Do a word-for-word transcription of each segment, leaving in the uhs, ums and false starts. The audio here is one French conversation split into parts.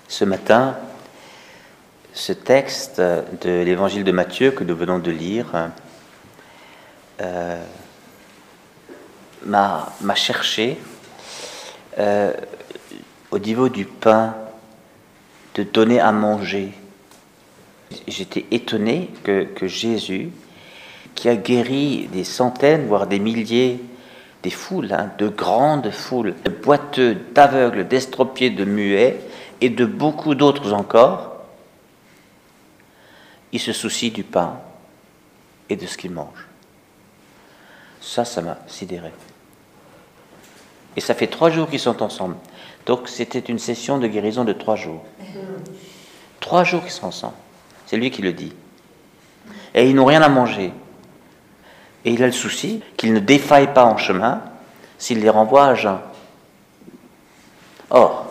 Ce matin, ce texte de l'évangile de Matthieu que nous venons de lire euh, m'a, m'a cherché euh, au niveau du pain, de donner à manger. J'étais étonné que, que Jésus, qui a guéri des centaines, voire des milliers, des foules, hein, de grandes foules, de boiteux, d'aveugles, d'estropiés, de muets, et de beaucoup d'autres encore, il se soucie du pain et de ce qu'il mange. Ça, ça m'a sidéré. Et ça fait trois jours qu'ils sont ensemble. Donc c'était une session de guérison de trois jours. Trois jours qu'ils sont ensemble. C'est lui qui le dit. Et ils n'ont rien à manger. Et il a le souci qu'ils ne défaillent pas en chemin s'il les renvoie à jeun. Or,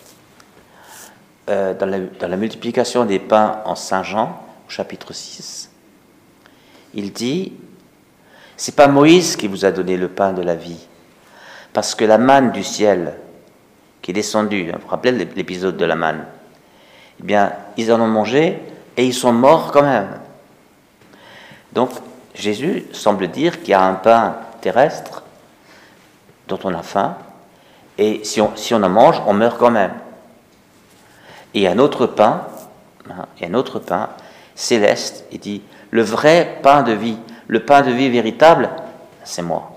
euh, dans, la, dans la multiplication des pains en Saint Jean, au chapitre six, il dit, c'est pas Moïse qui vous a donné le pain de la vie, parce que la manne du ciel qui est descendue, vous vous rappelez l'épisode de la manne, eh bien, ils en ont mangé et ils sont morts quand même. Donc, Jésus semble dire qu'il y a un pain terrestre dont on a faim, et si on, si on en mange, on meurt quand même. Et il y a un autre pain, hein, il y a un autre pain céleste, il dit, le vrai pain de vie, le pain de vie véritable, c'est moi.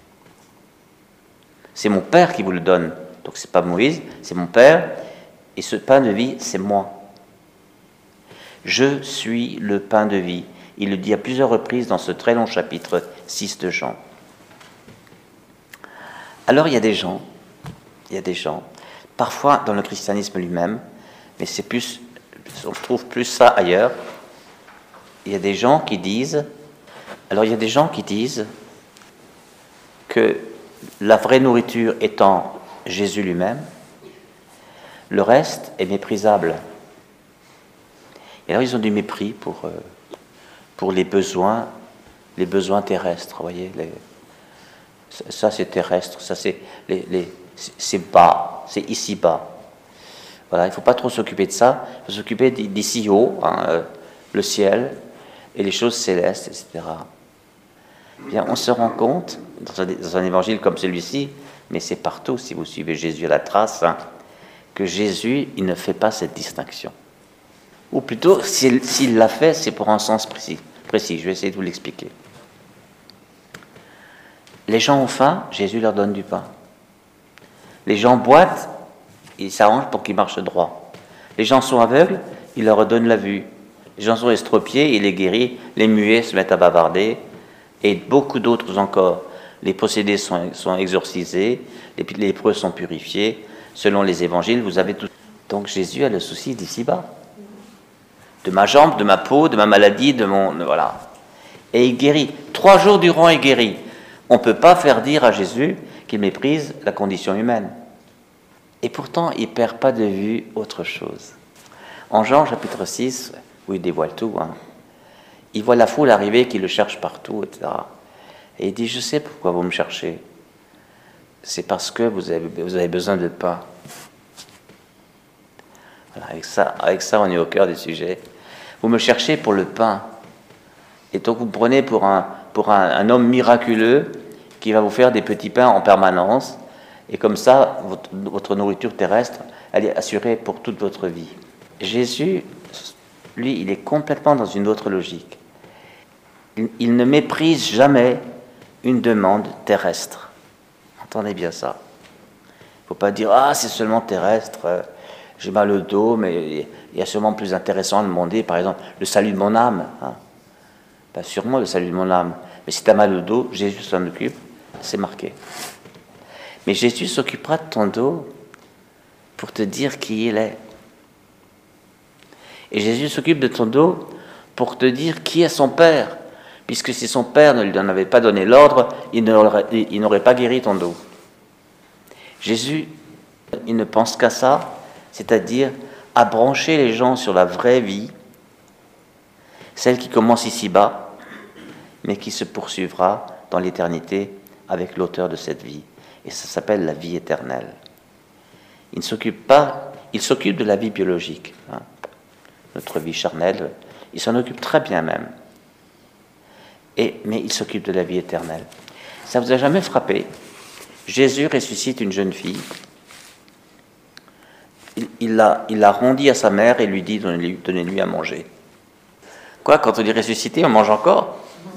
C'est mon Père qui vous le donne. Donc c'est pas Moïse, c'est mon Père, et ce pain de vie, c'est moi. Je suis le pain de vie. Il le dit à plusieurs reprises dans ce très long chapitre six de Jean. Alors il y a des gens, il y a des gens, parfois dans le christianisme lui-même, mais c'est plus, on trouve plus ça ailleurs, il y a des gens qui disent, alors il y a des gens qui disent que la vraie nourriture étant Jésus lui-même, le reste est méprisable. Et alors ils ont du mépris pour, euh, pour les besoins, les besoins terrestres, vous voyez, les, ça c'est terrestre, ça c'est, les, les, c'est bas, c'est ici bas. Voilà, il ne faut pas trop s'occuper de ça, il faut s'occuper d'ici haut, hein, euh, le ciel et les choses célestes, et cetera. Bien, on se rend compte, dans un, dans un évangile comme celui-ci, mais c'est partout, si vous suivez Jésus à la trace, hein, que Jésus, il ne fait pas cette distinction. Ou plutôt, s'il, s'il l'a fait, c'est pour un sens précis. précis. Je vais essayer de vous l'expliquer. Les gens ont faim, Jésus leur donne du pain. Les gens boitent, il s'arrange pour qu'ils marchent droit. Les gens sont aveugles, il leur redonne la vue. Les gens sont estropiés, il les guérit. Les muets se mettent à bavarder. Et beaucoup d'autres encore. Les possédés sont, sont exorcisés, les lépreux sont purifiés. Selon les évangiles, vous avez tout. Donc Jésus a le souci d'ici-bas. De ma jambe, de ma peau, de ma maladie, de mon... Voilà. Et il guérit. Trois jours durant, il guérit. On ne peut pas faire dire à Jésus qu'il méprise la condition humaine. Et pourtant, il ne perd pas de vue autre chose. En Jean, chapitre six, où il dévoile tout, hein, il voit la foule arriver qui le cherche partout, et cetera. Et il dit, je sais pourquoi vous me cherchez. C'est parce que vous avez, vous avez besoin de pain. Voilà, avec ça, avec ça, on est au cœur du sujet. Vous me cherchez pour le pain. Et donc vous me prenez pour un, pour un, un homme miraculeux qui va vous faire des petits pains en permanence. Et comme ça, votre, votre nourriture terrestre, elle est assurée pour toute votre vie. Jésus, lui, il est complètement dans une autre logique. Il, il ne méprise jamais une demande terrestre. Entendez bien ça. Il ne faut pas dire « Ah, c'est seulement terrestre, euh, j'ai mal au dos, mais il y a sûrement plus intéressant à demander, par exemple, le salut de mon âme. Hein. » Pas sûrement le salut de mon âme. Mais si tu as mal au dos, Jésus s'en occupe, c'est marqué. Mais Jésus s'occupera de ton dos pour te dire qui il est. Et Jésus s'occupe de ton dos pour te dire qui est son Père. Puisque si son Père ne lui en avait pas donné l'ordre, il n'aurait, il n'aurait pas guéri ton dos. Jésus, il ne pense qu'à ça, c'est-à-dire à brancher les gens sur la vraie vie, celle qui commence ici-bas, mais qui se poursuivra dans l'éternité avec l'auteur de cette vie. Et ça s'appelle la vie éternelle. Il ne s'occupe pas il s'occupe de la vie biologique, hein, notre vie charnelle, il s'en occupe très bien même. Et, mais il s'occupe de la vie éternelle. Ça vous a jamais frappé? Jésus ressuscite une jeune fille, il, il, l'a, il l'a rendit à sa mère et lui dit, donnez-lui, donnez-lui à manger. Quoi, quand on dit ressuscité, on mange encore?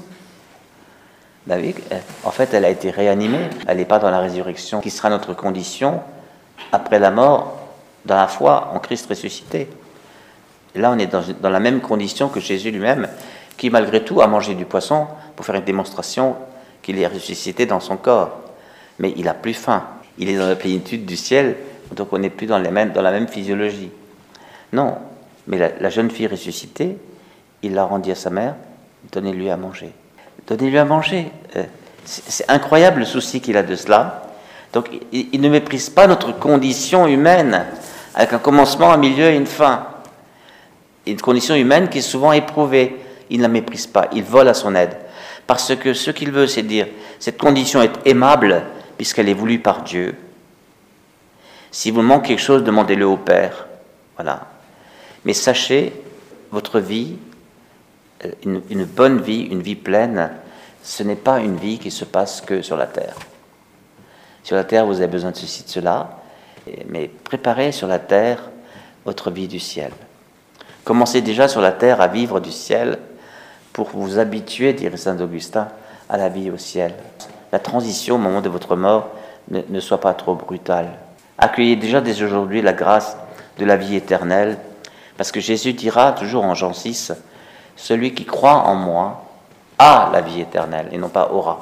Ben oui, en fait, elle a été réanimée, elle n'est pas dans la résurrection, qui sera notre condition après la mort, dans la foi en Christ ressuscité. Et là, on est dans, dans la même condition que Jésus lui-même, qui malgré tout a mangé du poisson pour faire une démonstration qu'il est ressuscité dans son corps. Mais il n'a plus faim, il est dans la plénitude du ciel, donc on n'est plus dans, les mêmes, dans la même physiologie. Non, mais la, la jeune fille ressuscitée, il l'a rendue à sa mère, donnez-lui à manger. Donnez-lui à manger. C'est, c'est incroyable le souci qu'il a de cela. Donc il, il ne méprise pas notre condition humaine, avec un commencement, un milieu et une fin. Une condition humaine qui est souvent éprouvée. Il ne la méprise pas, il vole à son aide. Parce que ce qu'il veut, c'est dire, cette condition est aimable, puisqu'elle est voulue par Dieu. Si vous manquez quelque chose, demandez-le au Père. Voilà. Mais sachez, votre vie, une, une bonne vie, une vie pleine, ce n'est pas une vie qui se passe que sur la terre. Sur la terre, vous avez besoin de ceci, de cela, mais préparez sur la terre votre vie du ciel. Commencez déjà sur la terre à vivre du ciel pour vous habituer, dirait saint Augustin, à la vie au ciel. La transition au moment de votre mort ne, ne soit pas trop brutale. Accueillez déjà dès aujourd'hui la grâce de la vie éternelle, parce que Jésus dira toujours en Jean six, « Celui qui croit en moi a la vie éternelle, et non pas aura.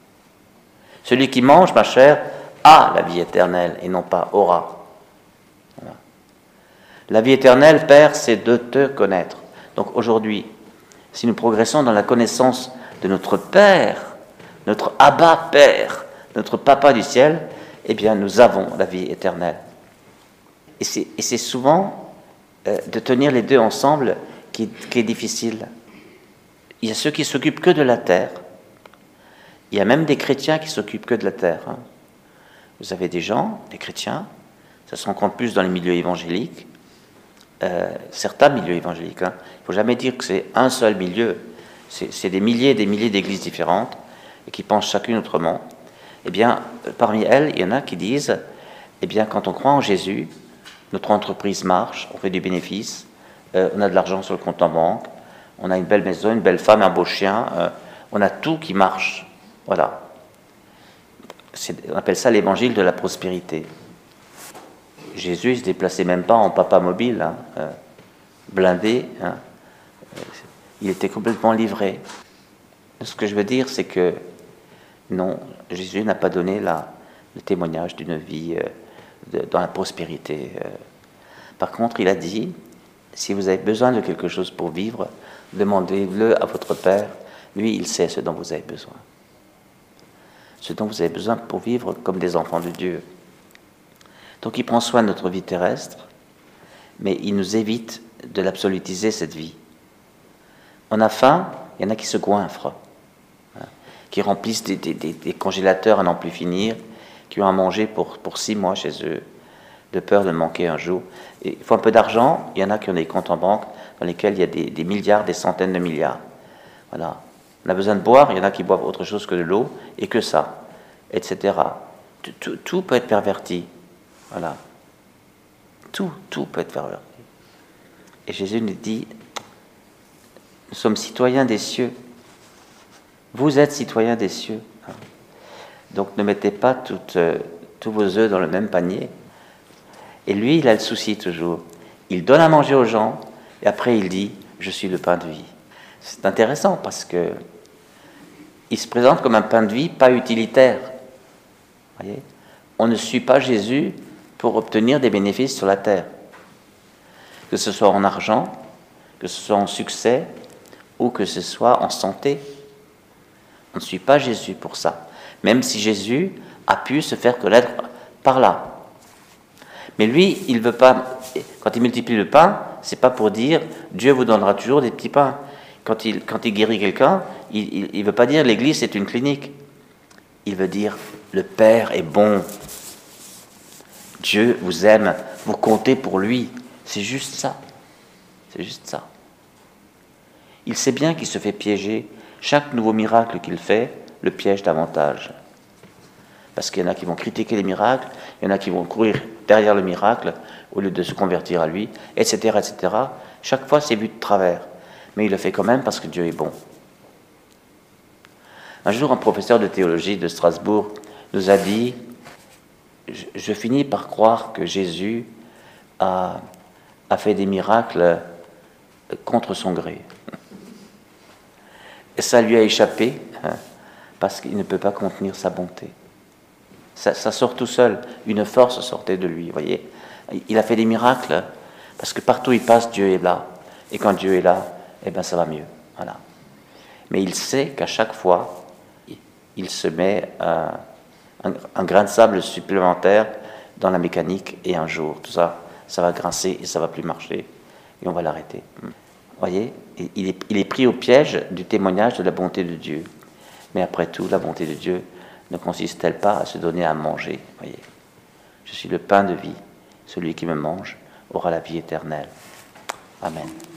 Celui qui mange ma chair a la vie éternelle, et non pas aura. » Voilà. La vie éternelle, Père, c'est de te connaître. Donc aujourd'hui, si nous progressons dans la connaissance de notre Père, notre Abba Père, notre Papa du ciel, eh bien nous avons la vie éternelle. Et c'est, et c'est souvent euh, de tenir les deux ensemble qui, qui est difficile. Il y a ceux qui s'occupent que de la terre. Il y a même des chrétiens qui s'occupent que de la terre. Hein. Vous avez des gens, des chrétiens, ça se rencontre plus dans les milieux évangéliques, euh, certains milieux évangéliques. Hein. Il ne faut jamais dire que c'est un seul milieu. C'est, c'est des milliers et des milliers d'églises différentes et qui pensent chacune autrement. Eh bien, parmi elles, il y en a qui disent, eh bien, quand on croit en Jésus, notre entreprise marche, on fait du bénéfice, euh, on a de l'argent sur le compte en banque, on a une belle maison, une belle femme, un beau chien, euh, on a tout qui marche. Voilà. C'est, on appelle ça l'évangile de la prospérité. Jésus ne se déplaçait même pas en papa mobile, hein, euh, blindé. Hein, euh, il était complètement livré. Ce que je veux dire, c'est que non, Jésus n'a pas donné la, le témoignage d'une vie euh, de, dans la prospérité. Euh. Par contre, il a dit, si vous avez besoin de quelque chose pour vivre, demandez-le à votre Père. Lui, il sait ce dont vous avez besoin. Ce dont vous avez besoin pour vivre comme des enfants de Dieu. Donc il prend soin de notre vie terrestre, mais il nous évite de l'absolutiser, cette vie. On a faim, il y en a qui se goinfrent, hein, qui remplissent des, des, des, des congélateurs à n'en plus finir, qui ont à manger pour, pour six mois chez eux, de peur de manquer un jour. Et il faut un peu d'argent, il y en a qui ont des comptes en banque dans lesquels il y a des, des milliards, des centaines de milliards. Voilà. On a besoin de boire, il y en a qui boivent autre chose que de l'eau, et que ça, et cetera. Tout, tout, tout peut être perverti. Voilà. Tout, tout peut être perverti. Et Jésus nous dit, nous sommes citoyens des cieux. Vous êtes citoyens des cieux. Donc ne mettez pas toutes, euh, tous vos œufs dans le même panier. Et lui, il a le souci toujours. Il donne à manger aux gens, et après il dit, je suis le pain de vie. C'est intéressant parce que il se présente comme un pain de vie pas utilitaire. Voyez, on ne suit pas Jésus pour obtenir des bénéfices sur la terre. Que ce soit en argent, que ce soit en succès, ou que ce soit en santé. On ne suit pas Jésus pour ça. Même si Jésus a pu se faire connaître par là. Mais lui, il veut pas. Quand il multiplie le pain, c'est pas pour dire Dieu vous donnera toujours des petits pains. Quand il, quand il guérit quelqu'un, il ne veut pas dire l'Église c'est une clinique. Il veut dire le Père est bon. Dieu vous aime, vous comptez pour lui. C'est juste ça. C'est juste ça. Il sait bien qu'il se fait piéger. Chaque nouveau miracle qu'il fait le piège davantage. Parce qu'il y en a qui vont critiquer les miracles, il y en a qui vont courir derrière le miracle au lieu de se convertir à lui, et cetera, et cetera. Chaque fois, c'est vu de travers. Mais il le fait quand même parce que Dieu est bon. Un jour, un professeur de théologie de Strasbourg nous a dit je, « Je finis par croire que Jésus a, a fait des miracles contre son gré. » Et ça lui a échappé, hein, parce qu'il ne peut pas contenir sa bonté. Ça, ça sort tout seul, une force sortait de lui, vous voyez. Il a fait des miracles, parce que partout où il passe, Dieu est là. Et quand Dieu est là, eh bien ça va mieux. Voilà. Mais il sait qu'à chaque fois, il se met un, un, un grain de sable supplémentaire dans la mécanique, et un jour, tout ça, ça va grincer et ça ne va plus marcher, et on va l'arrêter. Vous voyez, il est, il est pris au piège du témoignage de la bonté de Dieu. Mais après tout, la bonté de Dieu ne consiste-t-elle pas à se donner à manger? Voyez, je suis le pain de vie. Celui qui me mange aura la vie éternelle. Amen.